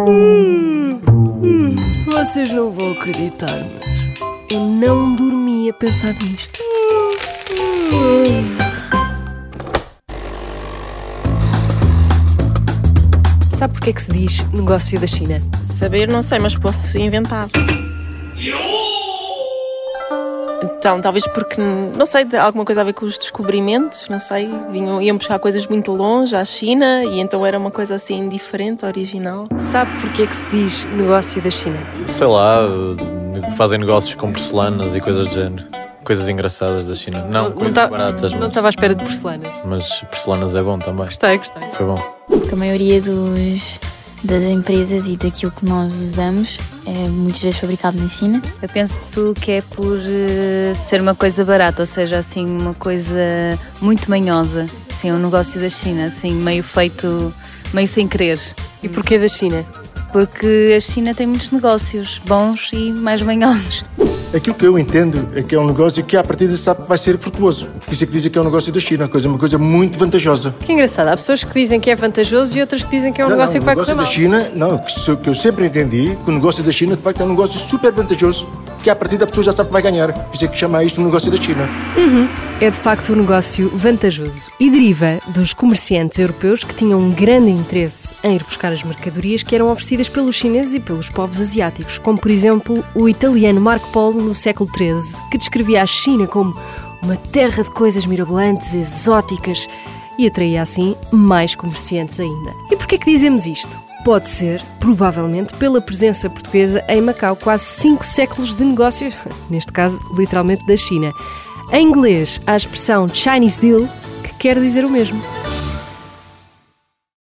Vocês não vão acreditar, mas eu não dormi a pensar nisto. Sabe porquê que se diz negócio da China? Saber não sei, mas posso inventar. Então, talvez porque, não sei, alguma coisa a ver com os descobrimentos, não sei, iam buscar coisas muito longe à China e então era uma coisa assim diferente, original. Sabe porquê que se diz negócio da China? Sei lá, fazem negócios com porcelanas e coisas do género. Coisas engraçadas da China. Não coisas baratas, Não estava à espera de porcelanas. mas porcelanas é bom também. Gostei. Foi bom. Porque a maioria das empresas e daquilo que nós usamos é muitas vezes fabricado na China. Eu penso que é por ser uma coisa barata, ou seja, assim, uma coisa muito manhosa. Assim, um negócio da China, assim, meio feito, meio sem querer. E porquê da China? Porque a China tem muitos negócios bons e mais manhosos. Aquilo que eu entendo é que é um negócio que, à partida, sabe que vai ser frutuoso. Por isso é que dizem que é um negócio da China, uma coisa muito vantajosa. Que engraçado, há pessoas que dizem que é vantajoso e outras que dizem que é um negócio que vai correr mal. O negócio da China, que eu sempre entendi, que o negócio da China, de facto, é um negócio super vantajoso, que, à partida, a pessoa já sabe que vai ganhar. Por isso é que chama isto um negócio da China. É de facto um negócio vantajoso e deriva dos comerciantes europeus que tinham um grande interesse em ir buscar as mercadorias que eram oferecidas pelos chineses e pelos povos asiáticos, como por exemplo o italiano Marco Polo no século XIII, que descrevia a China como uma terra de coisas mirabolantes, exóticas e atraía assim mais comerciantes ainda. E porquê que dizemos isto? Pode ser, provavelmente, pela presença portuguesa em Macau, quase 5 séculos de negócios, neste caso, literalmente da China. Em inglês, há a expressão Chinese Deal, que quer dizer o mesmo.